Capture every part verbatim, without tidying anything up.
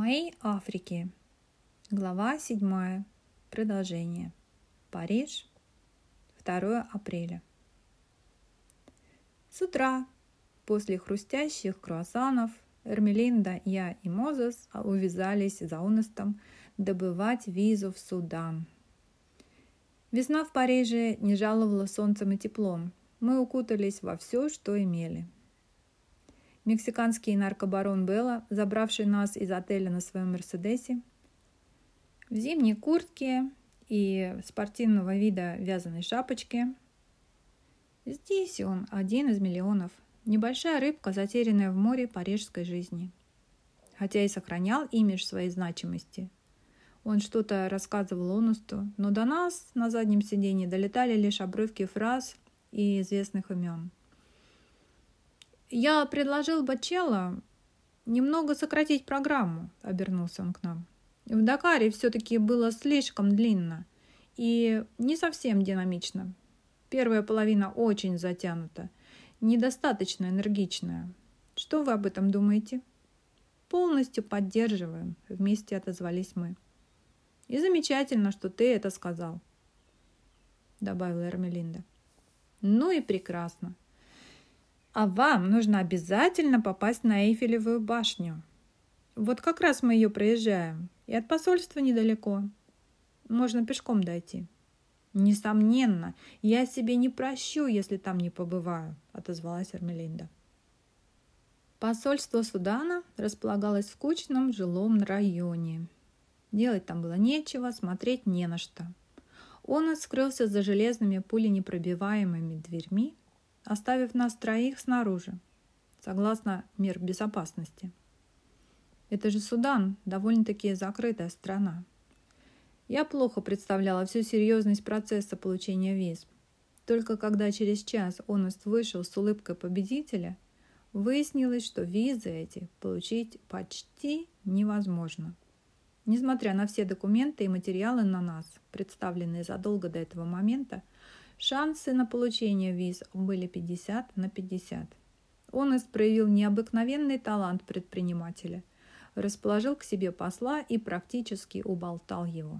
Моей Африки. Глава седьмая. Продолжение. Париж. второе апреля. С утра, после хрустящих круассанов, Эрмелинда, я и Мозес увязались за Онестом добывать визу в Судан. Весна в Париже не жаловала солнцем и теплом. Мы укутались во все, что имели. Мексиканский наркобарон Белла, забравший нас из отеля на своем Мерседесе, в зимней куртке и спортивного вида вязаной шапочке. Здесь он один из миллионов. Небольшая рыбка, затерянная в море парижской жизни. Хотя и сохранял имидж своей значимости. Он что-то рассказывал Онесту, но до нас на заднем сиденье долетали лишь обрывки фраз и известных имен. «Я предложил Бачелло немного сократить программу», — обернулся он к нам. «В Дакаре все-таки было слишком длинно и не совсем динамично. Первая половина очень затянута, недостаточно энергичная. Что вы об этом думаете?» «Полностью поддерживаем», — вместе отозвались мы. «И замечательно, что ты это сказал», — добавила Эрмелинда. «Ну и прекрасно. А вам нужно обязательно попасть на Эйфелевую башню. Вот как раз мы ее проезжаем, и от посольства недалеко. Можно пешком дойти». «Несомненно, я себе не прощу, если там не побываю», — отозвалась Эрмелинда. Посольство Судана располагалось в скучном жилом районе. Делать там было нечего, смотреть не на что. Он скрылся за железными пуленепробиваемыми дверьми, оставив нас троих снаружи, согласно мер безопасности. Это же Судан, довольно-таки закрытая страна. Я плохо представляла всю серьезность процесса получения виз. Только когда через час Онест вышел с улыбкой победителя, выяснилось, что визы эти получить почти невозможно. Несмотря на все документы и материалы на нас, представленные задолго до этого момента, шансы на получение виз были пятьдесят на пятьдесят. Онест проявил необыкновенный талант предпринимателя, расположил к себе посла и практически уболтал его.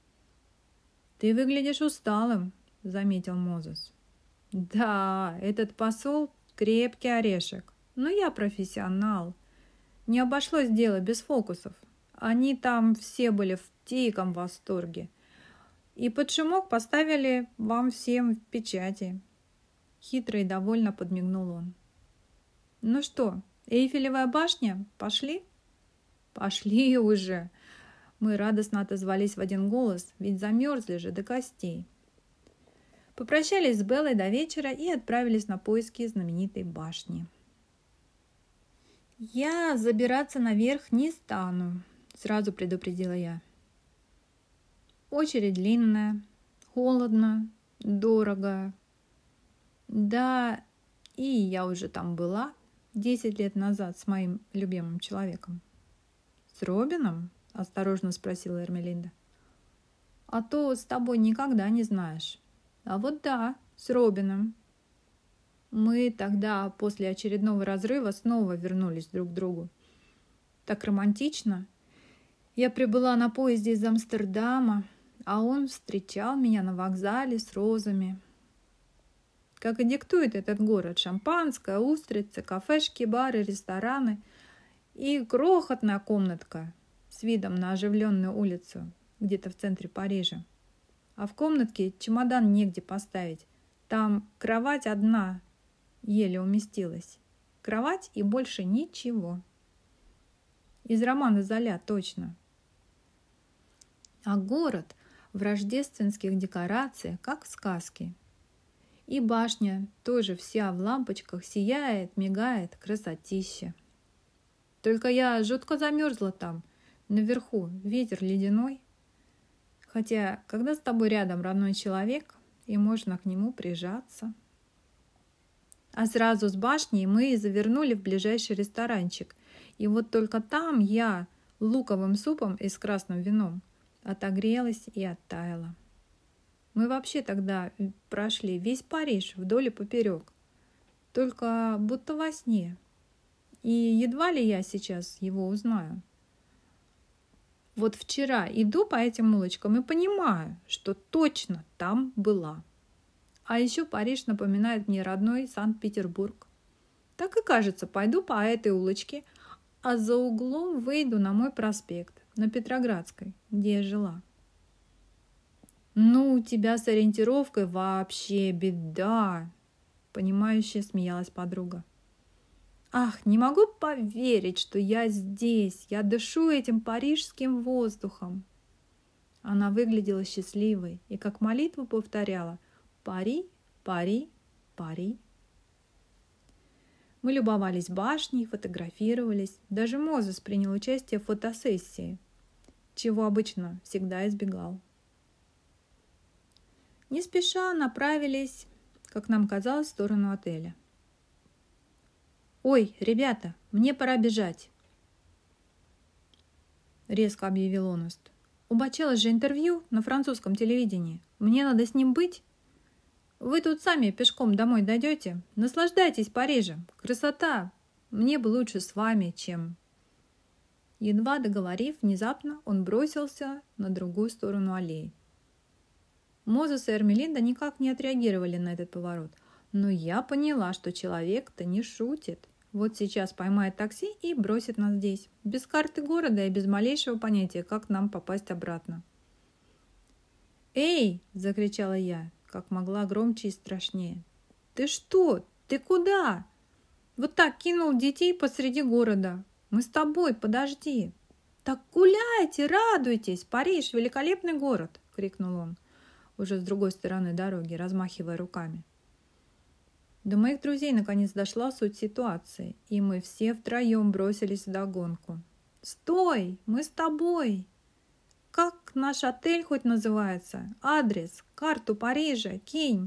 «Ты выглядишь усталым», — заметил Мозес. «Да, этот посол — крепкий орешек, но я профессионал. Не обошлось дело без фокусов. Они там все были в диком восторге. И под шумок поставили вам всем в печати». Хитро и довольно подмигнул он. «Ну что, Эйфелевая башня? Пошли?» «Пошли уже!» Мы радостно отозвались в один голос, ведь замерзли же до костей. Попрощались с Беллой до вечера и отправились на поиски знаменитой башни. «Я забираться наверх не стану», — сразу предупредила я. «Очередь длинная, холодно, дорого. Да, и я уже там была десять лет назад с моим любимым человеком». «С Робином?» — осторожно спросила Эрмелинда. «А то с тобой никогда не знаешь». «А вот да, с Робином. Мы тогда после очередного разрыва снова вернулись друг к другу. Так романтично. Я прибыла на поезде из Амстердама, а он встречал меня на вокзале с розами. Как и диктует этот город: шампанское, устрицы, кафешки, бары, рестораны и крохотная комнатка с видом на оживленную улицу где-то в центре Парижа. А в комнатке чемодан негде поставить. Там кровать одна еле уместилась. Кровать и больше ничего. Из романа Золя, точно. А город в рождественских декорациях, как в сказке. И башня тоже вся в лампочках сияет, мигает, красотища. Только я жутко замерзла там, наверху, ветер ледяной. Хотя, когда с тобой рядом родной человек, и можно к нему прижаться. А сразу с башней мы завернули в ближайший ресторанчик. И вот только там я луковым супом и с красным вином отогрелась и оттаяла. Мы вообще тогда прошли весь Париж вдоль и поперек. Только будто во сне. И едва ли я сейчас его узнаю. Вот вчера иду по этим улочкам и понимаю, что точно там была. А еще Париж напоминает мне родной Санкт-Петербург. Так и кажется, пойду по этой улочке, а за углом выйду на мой проспект, на Петроградской, где я жила. «Ну, у тебя с ориентировкой вообще беда!» Понимающе смеялась подруга. «Ах, не могу поверить, что я здесь, я дышу этим парижским воздухом!» Она выглядела счастливой и как молитву повторяла «Пари, Пари, Пари». Мы любовались башней, фотографировались. Даже Мозес принял участие в фотосессии, чего обычно всегда избегал. Не спеша направились, как нам казалось, в сторону отеля. «Ой, ребята, мне пора бежать!» Резко объявил Онест. «У Бачелла же интервью на французском телевидении. Мне надо с ним быть. Вы тут сами пешком домой дойдете. Наслаждайтесь Парижем. Красота! Мне бы лучше с вами, чем...» Едва договорив, внезапно он бросился на другую сторону аллеи. Мозес и Эрмелинда никак не отреагировали на этот поворот. Но я поняла, что человек-то не шутит. Вот сейчас поймает такси и бросит нас здесь. Без карты города и без малейшего понятия, как нам попасть обратно. «Эй!» – закричала я, как могла громче и страшнее. «Ты что? Ты куда? Вот так кинул детей посреди города. Мы с тобой, подожди!» «Так гуляйте, радуйтесь! Париж – великолепный город!» – крикнул он, уже с другой стороны дороги, размахивая руками. До моих друзей наконец дошла суть ситуации, и мы все втроем бросились вдогонку. «Стой! Мы с тобой! Как наш отель хоть называется? Адрес, карту Парижа, кинь!»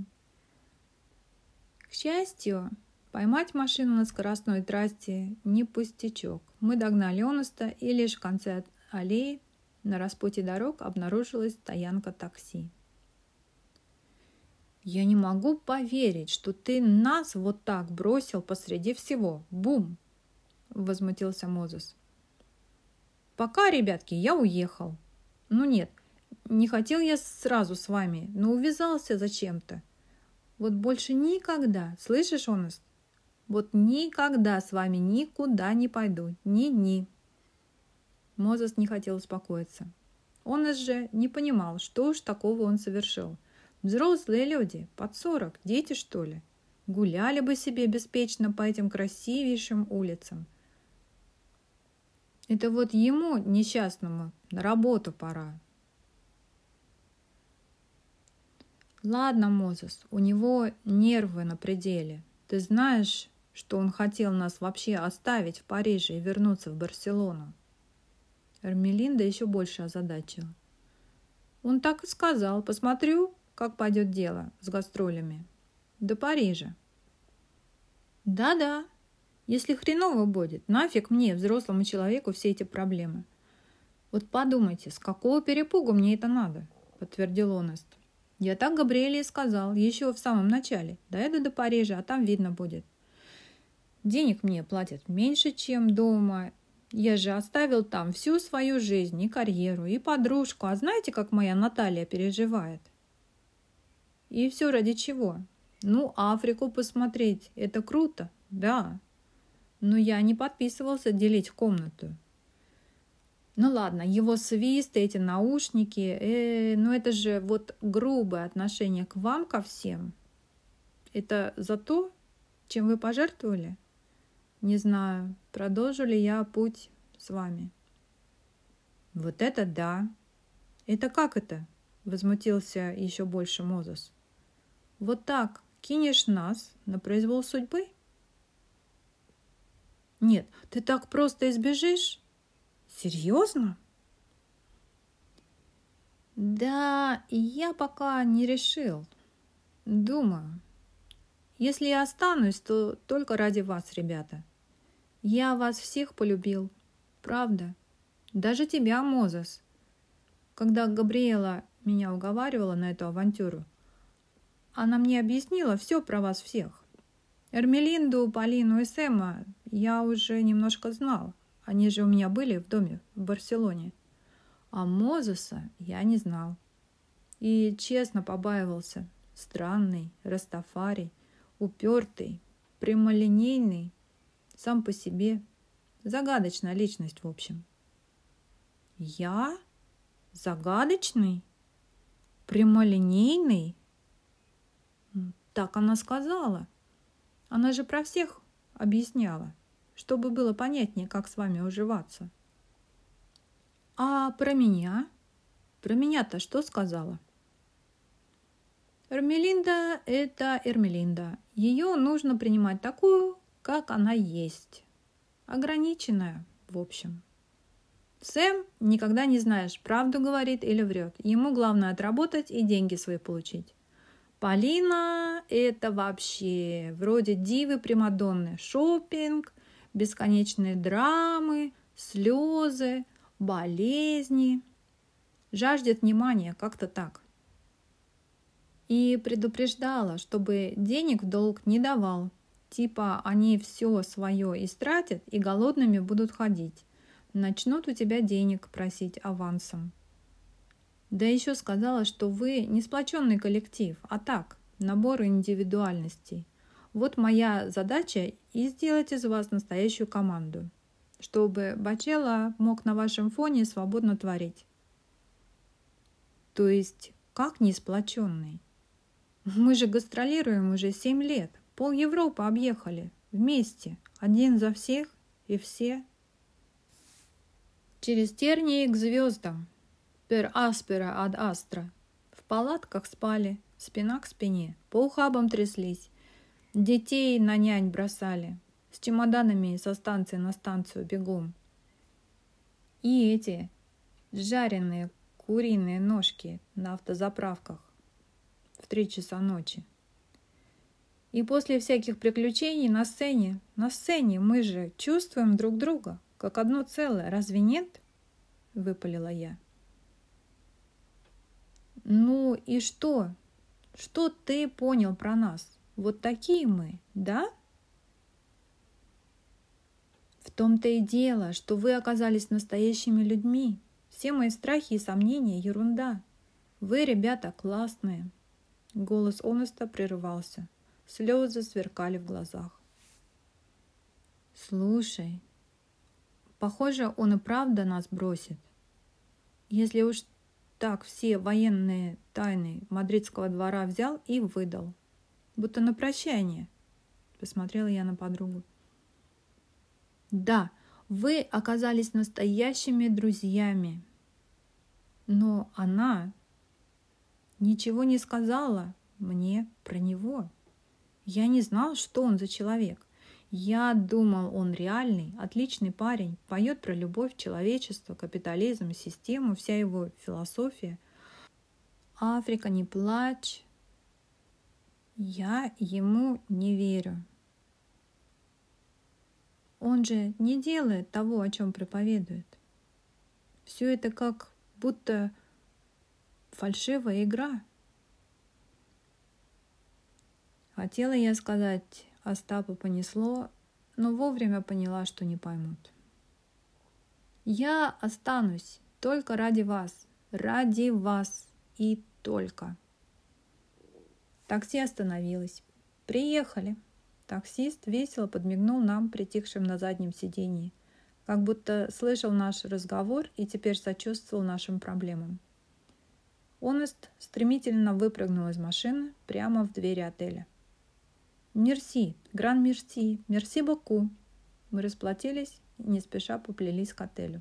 К счастью, поймать машину на скоростной трассе не пустячок. Мы догнали Онеста, и лишь в конце аллеи на распутье дорог обнаружилась стоянка такси. «Я не могу поверить, что ты нас вот так бросил посреди всего. Бум!» – возмутился Мозес. «Пока, ребятки, я уехал. Ну нет, не хотел я сразу с вами, но увязался зачем-то. Вот больше никогда, слышишь, Онест? Вот никогда с вами никуда не пойду, ни-ни». Мозес не хотел успокоиться. Онест же не понимал, что уж такого он совершил. Взрослые люди, под сорок, дети что ли, гуляли бы себе беспечно по этим красивейшим улицам. Это вот ему, несчастному, на работу пора. Ладно, Мозес, у него нервы на пределе. Ты знаешь, что он хотел нас вообще оставить в Париже и вернуться в Барселону? Эрмелинда еще больше озадачила. Он так и сказал, посмотрю, как пойдет дело с гастролями. До Парижа. Да-да. Если хреново будет, нафиг мне, взрослому человеку, все эти проблемы. Вот подумайте, с какого перепугу мне это надо, подтвердил Онест. Я так Габриэле и сказал, еще в самом начале. Доеду до Парижа, а там видно будет. Денег мне платят меньше, чем дома. Я же оставил там всю свою жизнь, и карьеру, и подружку. А знаете, как моя Наталья переживает? И все ради чего? Ну, Африку посмотреть, это круто, да. Но я не подписывался делить комнату. Ну ладно, его свист, эти наушники, э, ну это же вот грубое отношение к вам, ко всем. Это за то, чем вы пожертвовали? Не знаю, продолжу ли я путь с вами. Вот это да. Это как это? Возмутился еще больше Мозес. Вот так кинешь нас на произвол судьбы? Нет, ты так просто избежишь? Серьезно? Да, я пока не решил. Думаю. Если я останусь, то только ради вас, ребята. Я вас всех полюбил. Правда. Даже тебя, Мозес. Когда Габриэла меня уговаривала на эту авантюру, она мне объяснила все про вас всех. Эрмелинду, Полину и Сэма я уже немножко знал. Они же у меня были в доме в Барселоне. А Мозеса я не знал. И честно побаивался. Странный, растафарий, упертый, прямолинейный, сам по себе. Загадочная личность, в общем. Я? Загадочный? Прямолинейный? Так она сказала. Она же про всех объясняла, чтобы было понятнее, как с вами уживаться. А про меня? Про меня-то что сказала? Эрмелинда – это Эрмелинда. Ее нужно принимать такую, как она есть. Ограниченная, в общем. Сэм никогда не знаешь, правду говорит или врет. Ему главное отработать и деньги свои получить. Полина – это вообще вроде дивы Примадонны. Шопинг, бесконечные драмы, слезы, болезни. Жаждет внимания, как-то так. И предупреждала, чтобы денег в долг не давал. Типа они все свое истратят и голодными будут ходить. Начнут у тебя денег просить авансом. Да еще сказала, что вы не сплоченный коллектив, а так, набор индивидуальностей. Вот моя задача и сделать из вас настоящую команду, чтобы Бачелло мог на вашем фоне свободно творить. То есть, как не сплоченный? Мы же гастролируем уже семь лет, пол Европы объехали, вместе, один за всех и все. Через тернии к звездам. Per aspera ad astra. В палатках спали, спина к спине, по ухабам тряслись. Детей на нянь бросали, с чемоданами со станции на станцию бегом. И эти жареные куриные ножки на автозаправках в три часа ночи. И после всяких приключений на сцене, на сцене мы же чувствуем друг друга, как одно целое, разве нет? Выпалила я. Ну и что? Что ты понял про нас? Вот такие мы, да? В том-то и дело, что вы оказались настоящими людьми. Все мои страхи и сомнения – ерунда. Вы, ребята, классные. Голос Онеста прерывался. Слезы сверкали в глазах. Слушай, похоже, он и правда нас бросит. Если уж так все военные тайны мадридского двора взял и выдал. Будто на прощание. Посмотрела я на подругу. Да, вы оказались настоящими друзьями. Но она ничего не сказала мне про него. Я не знал, что он за человек. Я думал, он реальный, отличный парень, поет про любовь, человечество, капитализм, систему, вся его философия. Африка, не плачь. Я ему не верю. Он же не делает того, о чем проповедует. Все это как будто фальшивая игра. Хотела я сказать, Остапа понесло, но вовремя поняла, что не поймут. Я останусь только ради вас, ради вас и только. Такси остановилось. Приехали. Таксист весело подмигнул нам, притихшим на заднем сиденье, как будто слышал наш разговор и теперь сочувствовал нашим проблемам. Онест стремительно выпрыгнул из машины прямо в двери отеля. «Мерси, гран мерси, мерси боку». Мы расплатились и не спеша поплелись к отелю.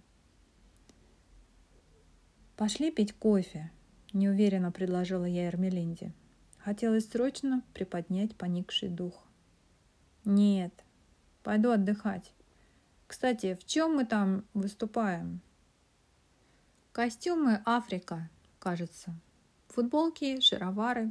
«Пошли пить кофе», – неуверенно предложила я Эрмелинде. Хотелось срочно приподнять поникший дух. «Нет, пойду отдыхать. Кстати, в чем мы там выступаем?» «Костюмы Африка, кажется. Футболки, шаровары».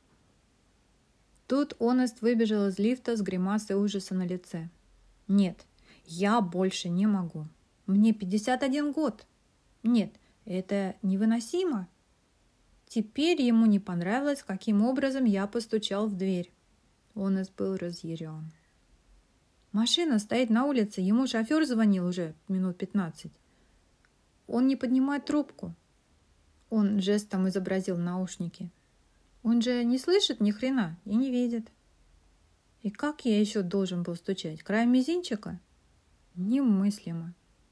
Тут Онест выбежал из лифта с гримасой ужаса на лице. «Нет, я больше не могу. Мне пятьдесят один год. Нет, это невыносимо». Теперь ему не понравилось, каким образом я постучал в дверь. Онест был разъярен. «Машина стоит на улице, ему шофер звонил уже минут пятнадцать. Он не поднимает трубку. Он жестом изобразил наушники. Он же не слышит ни хрена и не видит. И как я еще должен был стучать? Краем мизинчика? Немыслимо.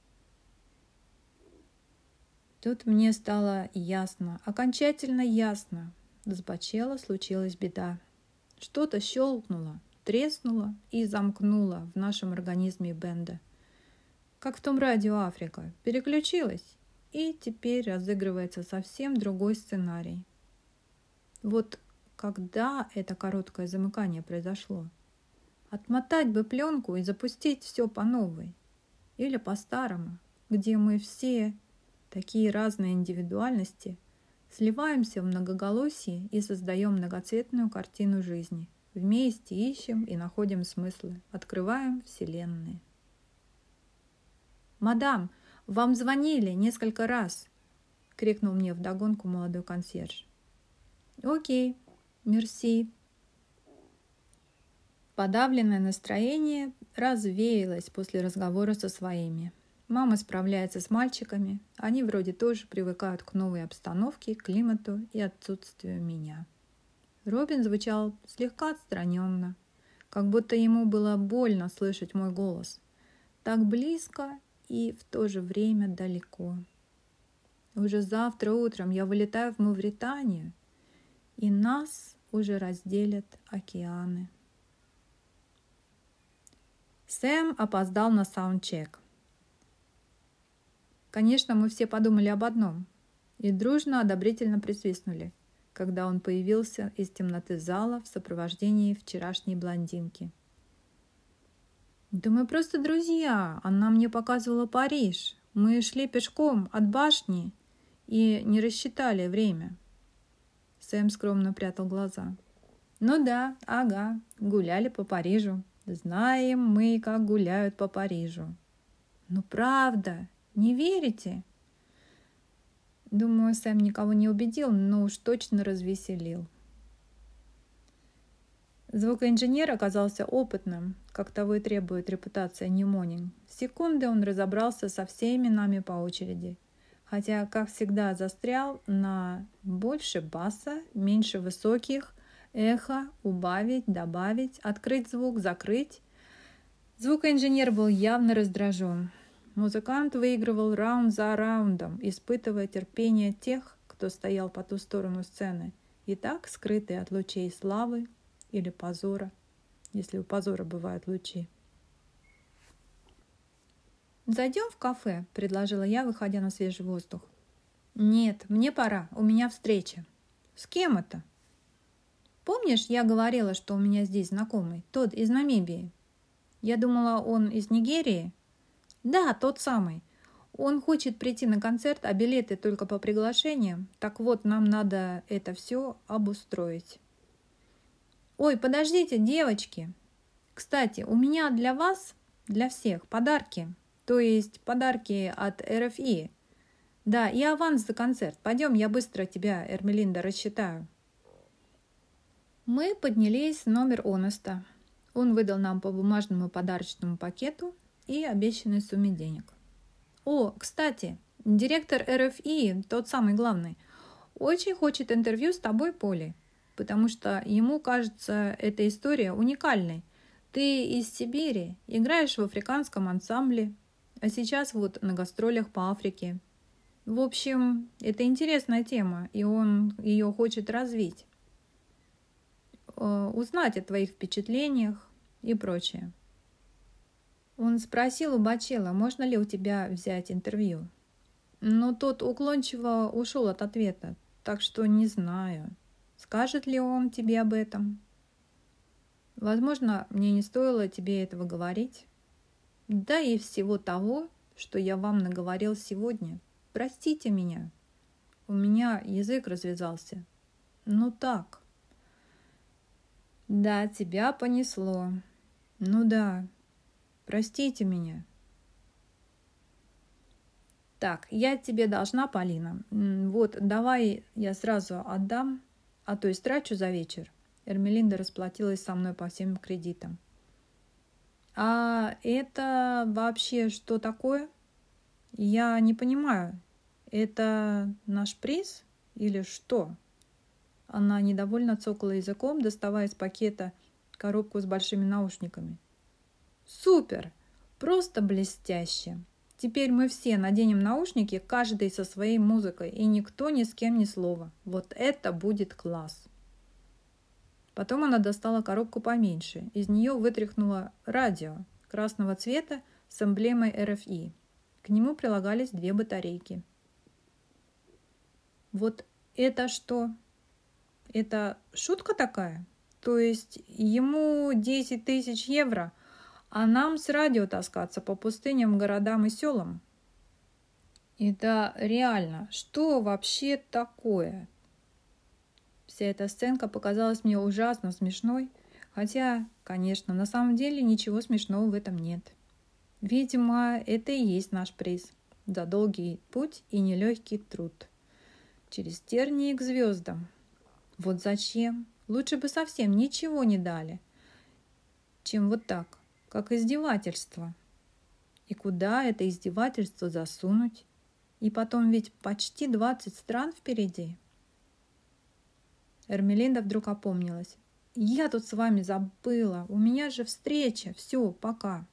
Тут мне стало ясно, окончательно ясно. С Бачелло случилась беда. Что-то щелкнуло, треснуло и замкнуло в нашем организме Бенда. Как в том радио Африка. Переключилась, и теперь разыгрывается совсем другой сценарий. Вот когда это короткое замыкание произошло? Отмотать бы пленку и запустить все по новой. Или по-старому, где мы все, такие разные индивидуальности, сливаемся в многоголосии и создаем многоцветную картину жизни. Вместе ищем и находим смыслы, открываем вселенные. «Мадам, вам звонили несколько раз!» — крикнул мне вдогонку молодой консьерж. «Окей, мерси». Подавленное настроение развеялось после разговора со своими. Мама справляется с мальчиками, они вроде тоже привыкают к новой обстановке, климату и отсутствию меня. Робин звучал слегка отстраненно, как будто ему было больно слышать мой голос. Так близко и в то же время далеко. Уже завтра утром я вылетаю в Мавританию, и нас уже разделят океаны. Сэм опоздал на саундчек. Конечно, мы все подумали об одном и дружно одобрительно присвистнули, когда он появился из темноты зала в сопровождении вчерашней блондинки. «Да мы просто друзья, она мне показывала Париж. Мы шли пешком от башни и не рассчитали время». Сэм скромно прятал глаза. «Ну да, ага, гуляли по Парижу. Знаем мы, как гуляют по Парижу». «Ну правда, не верите?» Думаю, Сэм никого не убедил, но уж точно развеселил. Звукоинженер оказался опытным, как того и требует репутация Ньюмонинг. В секунды он разобрался со всеми нами по очереди, хотя, как всегда, застрял на больше баса, меньше высоких, эхо, убавить, добавить, открыть звук, закрыть. Звукоинженер был явно раздражен. Музыкант выигрывал раунд за раундом, испытывая терпение тех, кто стоял по ту сторону сцены, и так скрытые от лучей славы или позора, если у позора бывают лучи. «Зайдем в кафе», — предложила я, выходя на свежий воздух. «Нет, мне пора, у меня встреча». «С кем это?» «Помнишь, я говорила, что у меня здесь знакомый, тот из Намибии? Я думала, он из Нигерии?» «Да, тот самый. Он хочет прийти на концерт, а билеты только по приглашениям. Так вот, нам надо это все обустроить». «Ой, подождите, девочки! Кстати, у меня для вас, для всех, подарки. То есть подарки от эр эф и. Да, и аванс за концерт. Пойдем, я быстро тебя, Эрмелинда, рассчитаю». Мы поднялись в номер Онеста. Он выдал нам по бумажному подарочному пакету и обещанной сумме денег. «О, кстати, директор эр эф и, тот самый главный, очень хочет интервью с тобой, Поли, потому что ему кажется эта история уникальной. Ты из Сибири, играешь в африканском ансамбле, а сейчас вот на гастролях по Африке. В общем, это интересная тема, и он ее хочет развить, узнать о твоих впечатлениях и прочее». Он спросил у Бачелло, можно ли у тебя взять интервью. Но тот уклончиво ушел от ответа, так что не знаю, скажет ли он тебе об этом. Возможно, мне не стоило тебе этого говорить. Да и всего того, что я вам наговорил сегодня. Простите меня. У меня язык развязался. Ну так. Да, тебя понесло. Ну да. Простите меня. Так, я тебе должна, Полина. Вот, давай я сразу отдам, а то истрачу за вечер. Эрмелинда расплатилась со мной по всем кредитам. А это вообще что такое? Я не понимаю, это наш приз или что?» Она недовольно цокала языком, доставая из пакета коробку с большими наушниками. «Супер! Просто блестяще! Теперь мы все наденем наушники, каждый со своей музыкой, и никто ни с кем ни слова. Вот это будет класс!» Потом она достала коробку поменьше. Из нее вытряхнула радио красного цвета с эмблемой эр эф и. К нему прилагались две батарейки. «Вот это что? Это шутка такая? То есть ему десять тысяч евро, а нам с радио таскаться по пустыням, городам и селам? Это реально, что вообще такое?» Вся эта сценка показалась мне ужасно смешной, хотя, конечно, на самом деле ничего смешного в этом нет. Видимо, это и есть наш приз за долгий путь и нелегкий труд. Через тернии к звездам. Вот зачем? Лучше бы совсем ничего не дали, чем вот так, как издевательство. И куда это издевательство засунуть? И потом ведь почти двадцать стран впереди. Эрмелинда вдруг опомнилась. «Я тут с вами забыла. У меня же встреча. Все, пока».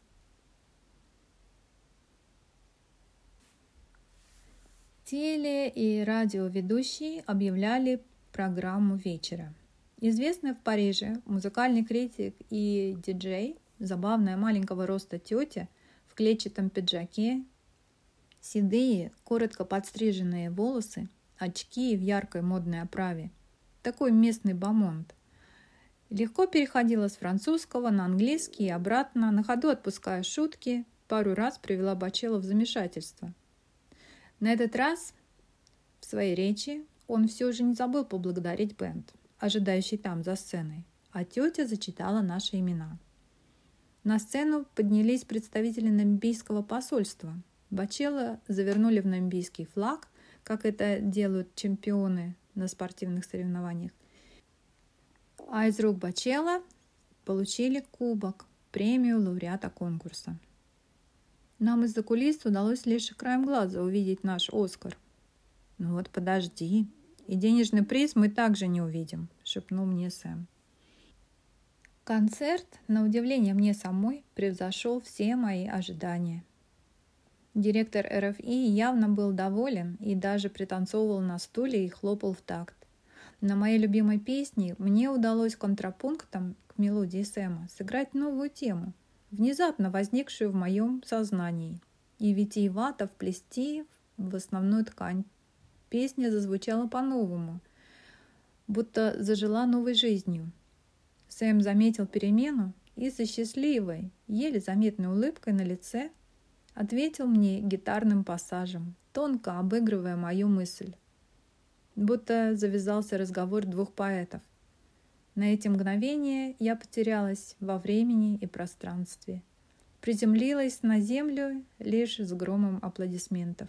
Теле- и радиоведущие объявляли программу вечера. Известная в Париже музыкальный критик и диджей, забавная маленького роста тетя в клетчатом пиджаке, седые, коротко подстриженные волосы, очки в яркой модной оправе. Такой местный бомонд. Легко переходила с французского на английский и обратно, на ходу отпуская шутки, пару раз привела Бачелло в замешательство. На этот раз в своей речи он все же не забыл поблагодарить бэнд, ожидающий там за сценой, а тетя зачитала наши имена. На сцену поднялись представители намибийского посольства. Бачелло завернули в намибийский флаг, как это делают чемпионы на спортивных соревнованиях. А из рук Бачелло получили кубок, премию лауреата конкурса. Нам из-за кулис удалось лишь краем глаза увидеть наш Оскар. «Ну вот подожди, и денежный приз мы также не увидим», — шепнул мне Сэм. Концерт, на удивление мне самой, превзошел все мои ожидания. Директор эр эф и явно был доволен и даже пританцовывал на стуле и хлопал в такт. На моей любимой песне мне удалось контрапунктом к мелодии Сэма сыграть новую тему, внезапно возникшую в моем сознании, и витиевато вплести в основную ткань. Песня зазвучала по-новому, будто зажила новой жизнью. Сэм заметил перемену и со счастливой, еле заметной улыбкой на лице ответил мне гитарным пассажем, тонко обыгрывая мою мысль. Будто завязался разговор двух поэтов. На эти мгновения я потерялась во времени и пространстве, приземлилась на землю лишь с громом аплодисментов.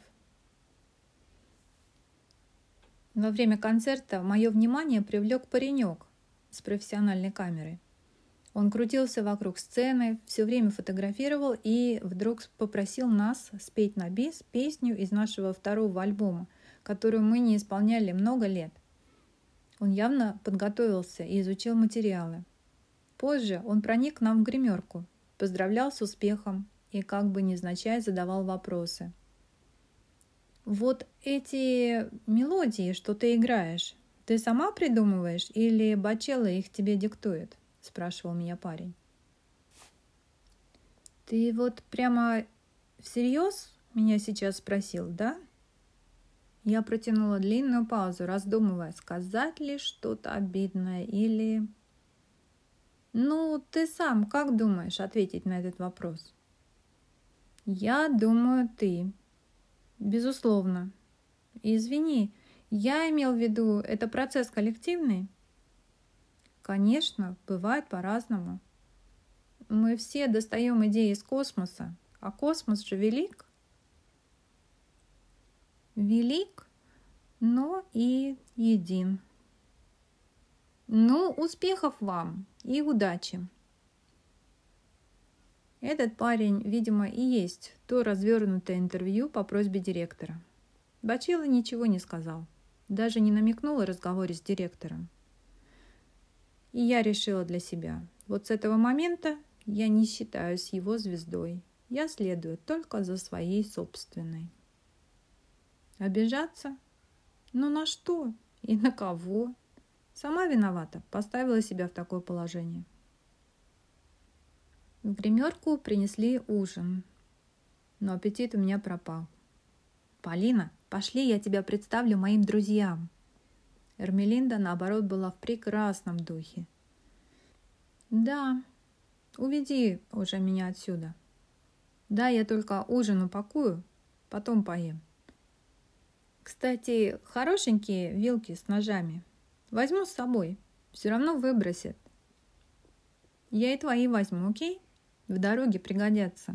Во время концерта мое внимание привлек паренек с профессиональной камерой. Он крутился вокруг сцены, все время фотографировал и вдруг попросил нас спеть на бис песню из нашего второго альбома, которую мы не исполняли много лет. Он явно подготовился и изучил материалы. Позже он проник к нам в гримерку, поздравлял с успехом и как бы невзначай задавал вопросы. «Вот эти мелодии, что ты играешь, ты сама придумываешь или Бачелло их тебе диктует?» — спрашивал меня парень. «Ты вот прямо всерьез меня сейчас спросил, да?» Я протянула длинную паузу, раздумывая, сказать ли что-то обидное или... «Ну, ты сам как думаешь ответить на этот вопрос?» «Я думаю, ты. Безусловно. Извини, я имел в виду, это процесс коллективный?» «Конечно, бывает по-разному. Мы все достаем идеи из космоса, а космос же велик». «Велик, но и един». «Ну, успехов вам и удачи!» Этот парень, видимо, и есть то развернутое интервью по просьбе директора. Бачило ничего не сказал, даже не намекнул о разговоре с директором. И я решила для себя, вот с этого момента я не считаюсь его звездой, я следую только за своей собственной. Обижаться? Ну на что и на кого? Сама виновата, поставила себя в такое положение. В гримерку принесли ужин, но аппетит у меня пропал. «Полина, пошли, я тебя представлю моим друзьям». Эрмелинда, наоборот, была в прекрасном духе. «Да, уведи уже меня отсюда. Да, я только ужин упакую, потом поем. Кстати, хорошенькие вилки с ножами возьму с собой, все равно выбросят. Я и твои возьму, окей? В дороге пригодятся».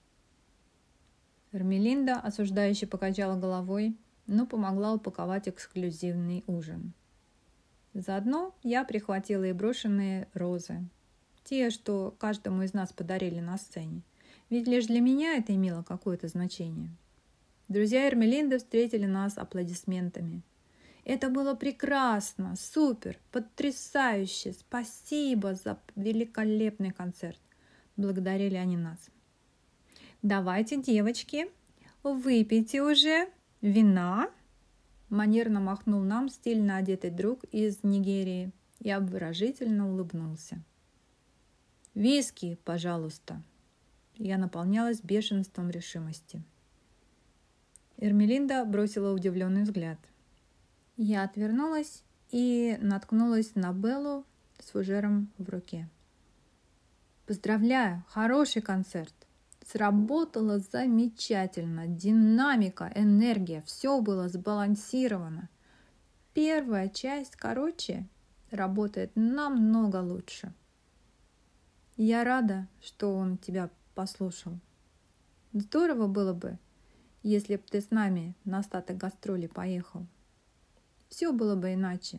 Эрмелинда осуждающе покачала головой, но помогла упаковать эксклюзивный ужин. Заодно я прихватила и брошенные розы, те, что каждому из нас подарили на сцене, ведь лишь для меня это имело какое-то значение. Друзья Эрмелинды встретили нас аплодисментами. «Это было прекрасно, супер, потрясающе, спасибо за великолепный концерт», благодарили они нас. «Давайте, девочки, выпейте уже вина», манерно махнул нам стильно одетый друг из Нигерии и обворожительно улыбнулся. «Виски, пожалуйста». Я наполнялась бешенством решимости. Эрмелинда бросила удивленный взгляд. Я отвернулась и наткнулась на Беллу с фужером в руке. «Поздравляю, хороший концерт. Сработало замечательно. Динамика, энергия, все было сбалансировано. Первая часть, короче, работает намного лучше. Я рада, что он тебя послушал. Здорово было бы, если бы ты с нами на остаток гастролей поехал. Все было бы иначе.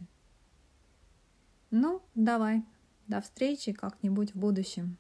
Ну, давай, до встречи как-нибудь в будущем».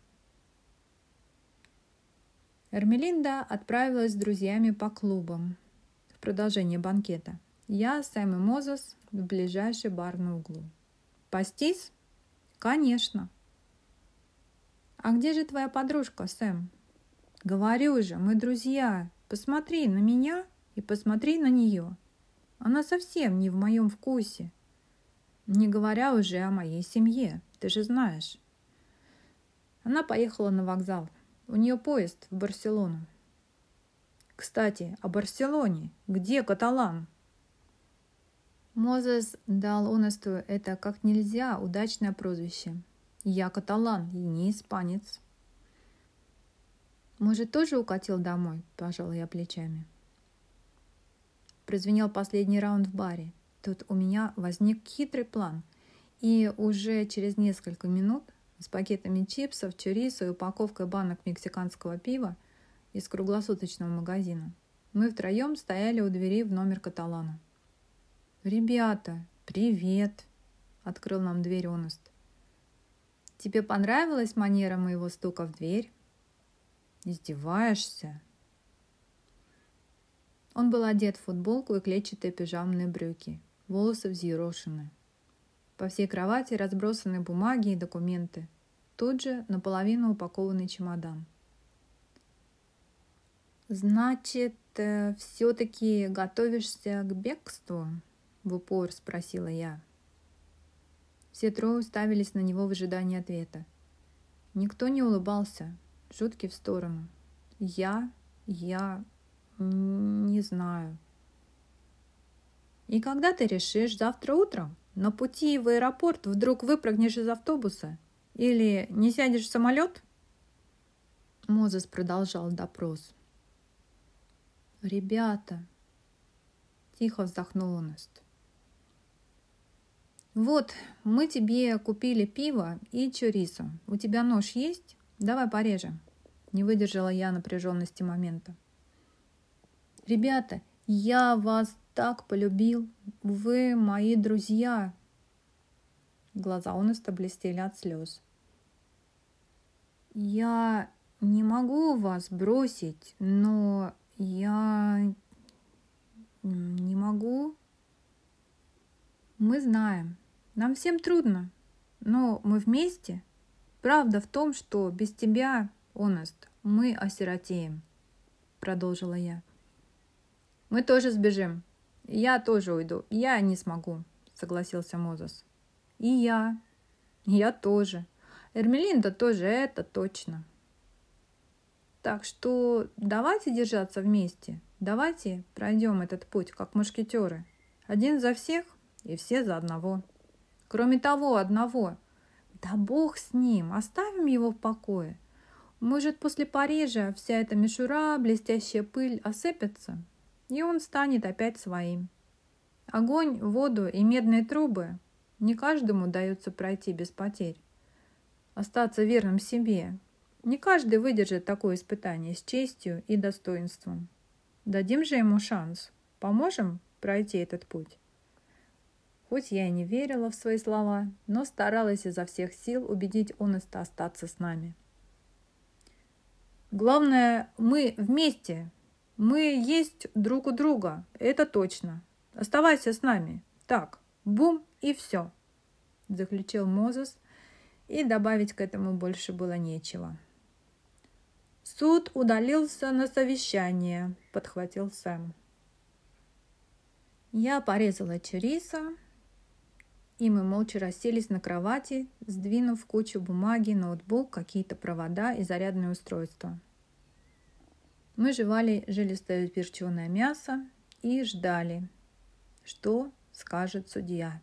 Эрмелинда отправилась с друзьями по клубам в продолжение банкета. Я, Сэм и Мозес в ближайший бар на углу. «Пастись? Конечно». «А где же твоя подружка, Сэм?» «Говорю же, мы друзья. Посмотри на меня и посмотри на нее. Она совсем не в моем вкусе. Не говоря уже о моей семье, ты же знаешь». Она поехала на вокзал. У нее поезд в Барселону. «Кстати, о Барселоне. Где Каталан?» Мозес дал Онесту это как нельзя удачное прозвище. «Я каталан и не испанец». «Может, тоже укатил домой?» – пожала я плечами. Прозвенел последний раунд в баре. Тут у меня возник хитрый план. И уже через несколько минут с пакетами чипсов, чорисо и упаковкой банок мексиканского пива из круглосуточного магазина мы втроем стояли у двери в номер Каталана. «Ребята, привет!» – открыл нам дверь Онест. «Тебе понравилась манера моего стука в дверь?» «Издеваешься?» Он был одет в футболку и клетчатые пижамные брюки, волосы взъерошены. По всей кровати разбросаны бумаги и документы. Тут же наполовину упакованный чемодан. «Значит, э, все-таки готовишься к бегству?» – в упор спросила я. Все трое уставились на него в ожидании ответа. Никто не улыбался, шутки в сторону. «Я, я, не знаю». «И когда ты решишь? Завтра утром? На пути в аэропорт вдруг выпрыгнешь из автобуса? Или не сядешь в самолет?» Мозес продолжал допрос. «Ребята!» – тихо вздохнул Онест. «Вот, мы тебе купили пиво и чорисо. У тебя нож есть? Давай порежем». Не выдержала я напряженности момента. «Ребята, я вас так полюбил. Вы мои друзья». Глаза Онеста блестели от слез. «Я не могу вас бросить, но я не могу. Мы знаем, нам всем трудно, но мы вместе. Правда в том, что без тебя, Онест, мы осиротеем, продолжила я. Мы тоже сбежим. Я тоже уйду. Я не смогу, согласился Мозес. И я. Я тоже. Эрмелинда тоже, это точно. Так что давайте держаться вместе. Давайте пройдем этот путь, как мушкетеры. Один за всех и все за одного. Кроме того одного. Да бог с ним, оставим его в покое. Может, после Парижа вся эта мишура, блестящая пыль осыпется, и он станет опять своим. Огонь, воду и медные трубы не каждому дается пройти без потерь. Остаться верным себе. Не каждый выдержит такое испытание с честью и достоинством. Дадим же ему шанс. Поможем пройти этот путь. Хоть я и не верила в свои слова, но старалась изо всех сил убедить Онеста остаться с нами. Главное, мы вместе. Мы есть друг у друга. Это точно. Оставайся с нами. Так, бум и все. Заключил Мозес, и добавить к этому больше было нечего. Суд удалился на совещание, подхватил Сэм. Я порезала чorizo, и мы молча расселись на кровати, сдвинув кучу бумаги, ноутбук, какие-то провода и зарядное устройство. Мы жевали жилистое перченое мясо и ждали, что скажет судья.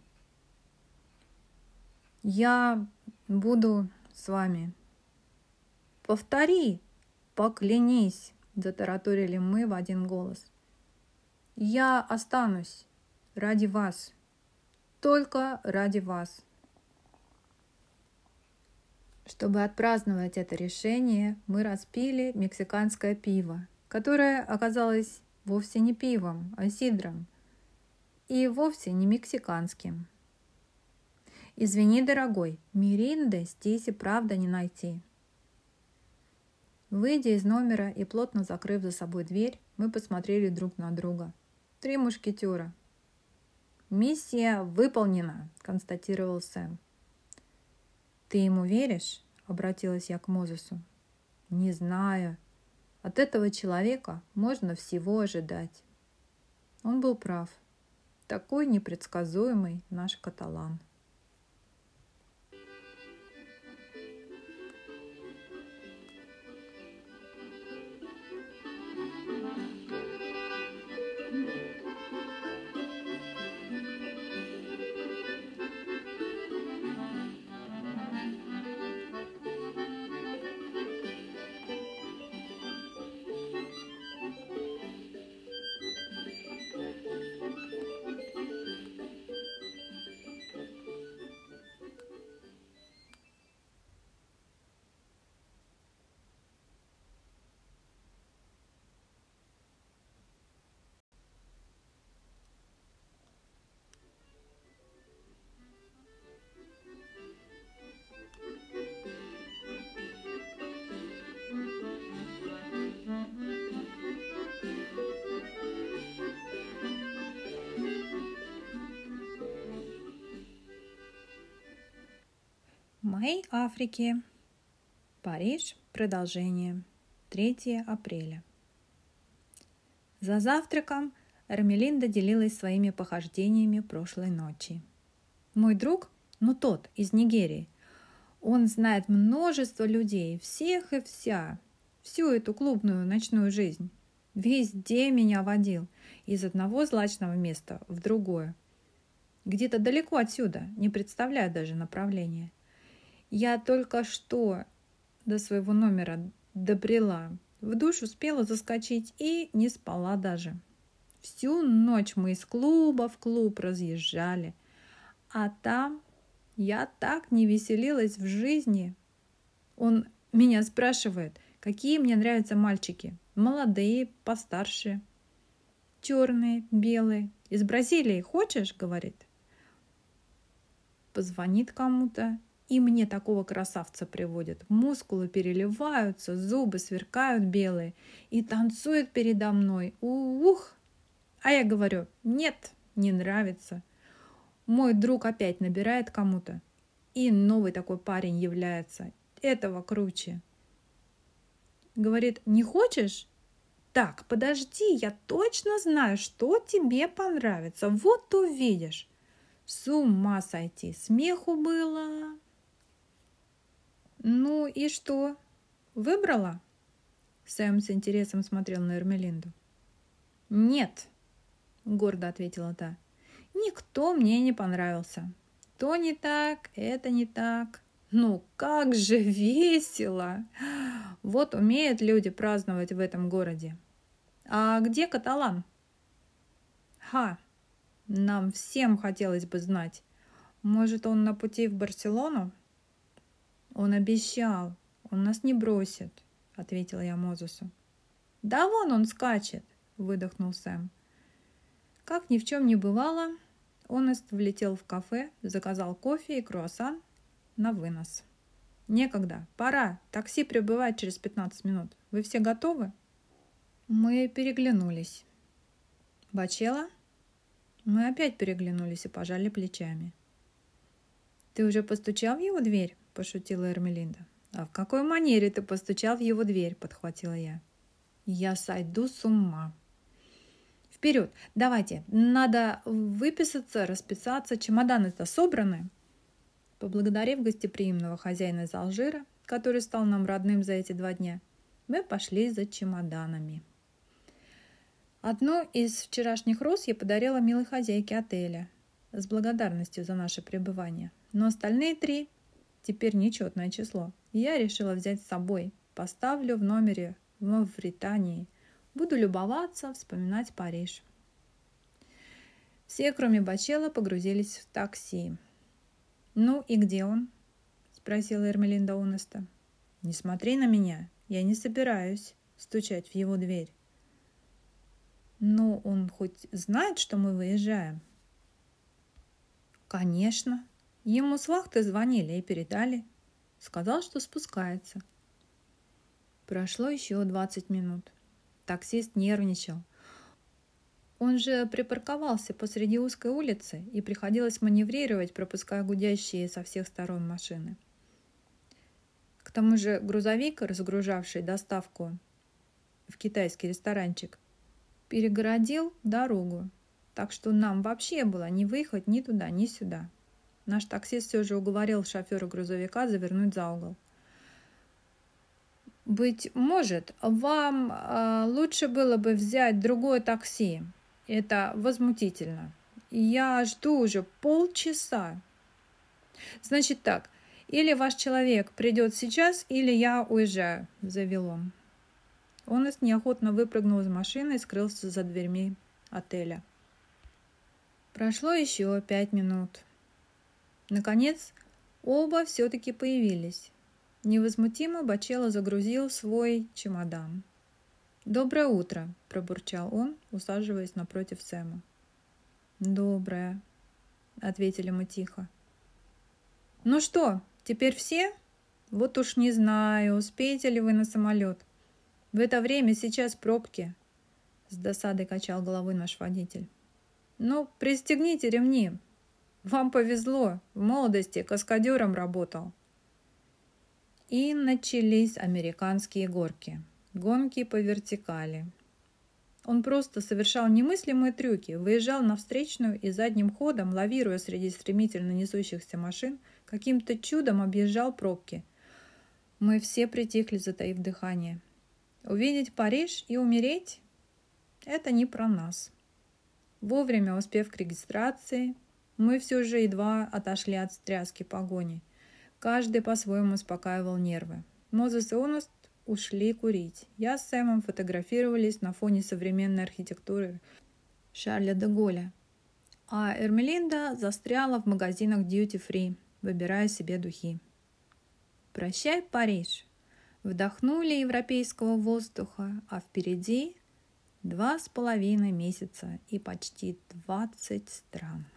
«Я буду с вами». «Повтори, поклянись», – затараторили мы в один голос. «Я останусь ради вас, только ради вас». Чтобы отпраздновать это решение, мы распили мексиканское пиво, которое оказалось вовсе не пивом, а сидром, и вовсе не мексиканским. «Извини, дорогой, миринды здесь и правда не найти». Выйдя из номера и плотно закрыв за собой дверь, мы посмотрели друг на друга. Три мушкетера. «Миссия выполнена», – констатировал Сэм. «Ты ему веришь?» – обратилась я к Мозесу. «Не знаю. От этого человека можно всего ожидать». Он был прав. Такой непредсказуемый наш каталан. В моей Африке. Париж. Продолжение. третьего апреля. За завтраком Эрмелинда делилась своими похождениями прошлой ночи. Мой друг, ну тот, из Нигерии, он знает множество людей, всех и вся, всю эту клубную ночную жизнь. Везде меня водил, из одного злачного места в другое. Где-то далеко отсюда, не представляю даже направления. Я только что до своего номера добрела, в душ успела заскочить и не спала даже. Всю ночь мы из клуба в клуб разъезжали, а там я так не веселилась в жизни. Он меня спрашивает, какие мне нравятся мальчики, молодые, постарше, черные, белые. Из Бразилии хочешь, говорит. Позвонит кому-то И мне такого красавца приводят. Мускулы переливаются, зубы сверкают белые. И танцует передо мной. Ух! А я говорю, нет, не нравится. Мой друг опять набирает кому-то. И новый такой парень является. Этого круче. Говорит, не хочешь? Так, подожди, я точно знаю, что тебе понравится. Вот увидишь. С ума сойти. Смеху было. Ну и что? Выбрала? Сэм с интересом смотрел на Эрмелинду. Нет, гордо ответила та. Никто мне не понравился. То не так, это не так. Ну как же весело! Вот умеют люди праздновать в этом городе. А где Каталан? Ха, нам всем хотелось бы знать. Может, он на пути в Барселону? Он обещал, он нас не бросит, ответила я Мозесу. Да вон он скачет, выдохнул Сэм. Как ни в чем не бывало, он влетел в кафе, заказал кофе и круассан на вынос. Некогда, пора, такси прибывает через пятнадцать минут. Вы все готовы? Мы переглянулись. Бачела? Мы опять переглянулись и пожали плечами. Ты уже постучал в его дверь? Пошутила Эрмелинда. А в какой манере ты постучал в его дверь? Подхватила я. Я сойду с ума. Вперед, давайте, надо выписаться, расписаться, чемоданы-то собраны. Поблагодарив гостеприимного хозяина из Алжира, который стал нам родным за эти два дня, мы пошли за чемоданами. Одну из вчерашних роз я подарила милой хозяйке отеля с благодарностью за наше пребывание, но остальные три, теперь нечетное число, я решила взять с собой, поставлю в номере в Мавритании, буду любоваться, вспоминать Париж. Все, кроме Бачела, погрузились в такси. «Ну и где он?» – спросила Эрмелинда Онеста. «Не смотри на меня, я не собираюсь стучать в его дверь». «Но он хоть знает, что мы выезжаем?» «Конечно. Ему с вахты звонили и передали. Сказал, что спускается». Прошло еще двадцать минут. Таксист нервничал. Он же припарковался посреди узкой улицы, и приходилось маневрировать, пропуская гудящие со всех сторон машины. К тому же грузовик, разгружавший доставку в китайский ресторанчик, перегородил дорогу, так что нам вообще было не выехать ни туда, ни сюда. Наш таксист все же уговорил шофера грузовика завернуть за угол. «Быть может, вам э, лучше было бы взять другое такси. Это возмутительно. Я жду уже полчаса. Значит так, или ваш человек придет сейчас, или я уезжаю», — заявил он. Он неохотно выпрыгнул из машины и скрылся за дверьми отеля. Прошло еще пять минут. Наконец, оба все-таки появились. Невозмутимо Бачела загрузил свой чемодан. «Доброе утро», – пробурчал он, усаживаясь напротив Сэма. «Доброе», – ответили мы тихо. «Ну что, теперь все? Вот уж не знаю, успеете ли вы на самолет. В это время сейчас пробки», – с досадой качал головой наш водитель. «Ну, пристегните ремни. Вам повезло, в молодости каскадером работал». И начались американские горки. Гонки по вертикали. Он просто совершал немыслимые трюки, выезжал на встречную и задним ходом, лавируя среди стремительно несущихся машин, каким-то чудом объезжал пробки. Мы все притихли, затаив дыхание. Увидеть Париж и умереть – это не про нас. Вовремя успев к регистрации, мы все же едва отошли от стряски погони. Каждый по-своему успокаивал нервы. Мозес и Онест ушли курить. Я с Сэмом фотографировались на фоне современной архитектуры Шарля де Голля. А Эрмелинда застряла в магазинах дьюти-фри, выбирая себе духи. Прощай, Париж. Вдохнули европейского воздуха, а впереди два с половиной месяца и почти двадцать стран.